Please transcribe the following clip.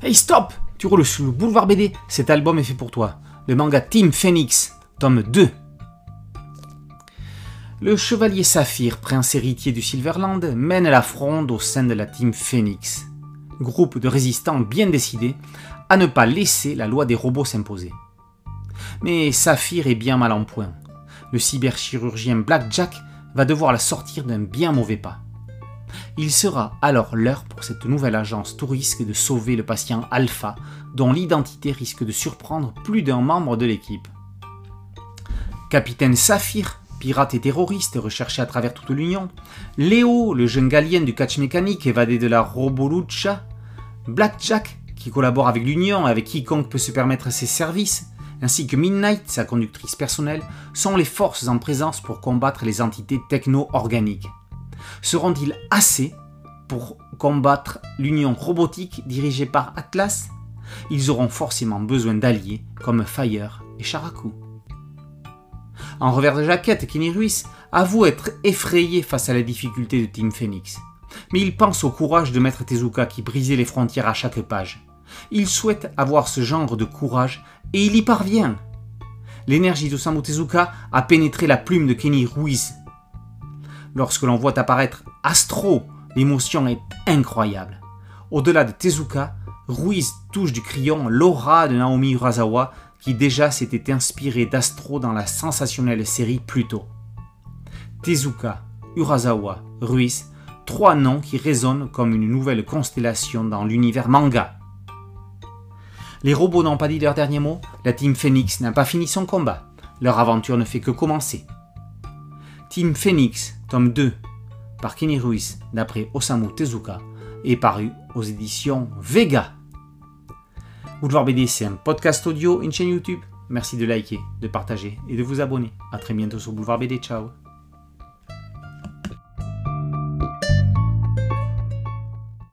Hey stop! Tu roules sur le boulevard BD, cet album est fait pour toi. Le manga Team Phoenix, tome 2. Le chevalier Saphir, prince héritier du Silverland, mène la fronde au sein de la Team Phoenix. Groupe de résistants bien décidés à ne pas laisser la loi des robots s'imposer. Mais Saphir est bien mal en point. Le cyberchirurgien Blackjack va devoir la sortir d'un bien mauvais pas. Il sera alors l'heure pour cette nouvelle agence tout risque de sauver le patient Alpha, dont l'identité risque de surprendre plus d'un membre de l'équipe. Capitaine Saphir, pirate et terroriste recherché à travers toute l'Union, Léo, le jeune galien du catch mécanique évadé de la Robolucha, Blackjack, qui collabore avec l'Union et avec quiconque peut se permettre ses services, ainsi que Midnight, sa conductrice personnelle, sont les forces en présence pour combattre les entités techno-organiques. Seront-ils assez pour combattre l'Union robotique dirigée par Atlas? Ils auront forcément besoin d'alliés comme Fire et Sharaku. En revers de jaquette, Kenny Ruiz avoue être effrayé face à la difficulté de Team Phoenix. Mais il pense au courage de Maître Tezuka qui brisait les frontières à chaque page. Il souhaite avoir ce genre de courage et il y parvient. L'énergie d'Osamu Tezuka a pénétré la plume de Kenny Ruiz. Lorsque l'on voit apparaître Astro, l'émotion est incroyable. Au-delà de Tezuka, Ruiz touche du crayon l'aura de Naomi Urasawa qui déjà s'était inspiré d'Astro dans la sensationnelle série Pluto. Tezuka, Urasawa, Ruiz, trois noms qui résonnent comme une nouvelle constellation dans l'univers manga. Les robots n'ont pas dit leur dernier mot, la Team Phoenix n'a pas fini son combat, leur aventure ne fait que commencer. Team Phoenix, tome 2, par Kenny Ruiz, d'après Osamu Tezuka, est paru aux éditions Vega. Boulevard BD, c'est un podcast audio, une chaîne YouTube. Merci de liker, de partager et de vous abonner. A très bientôt sur Boulevard BD, ciao.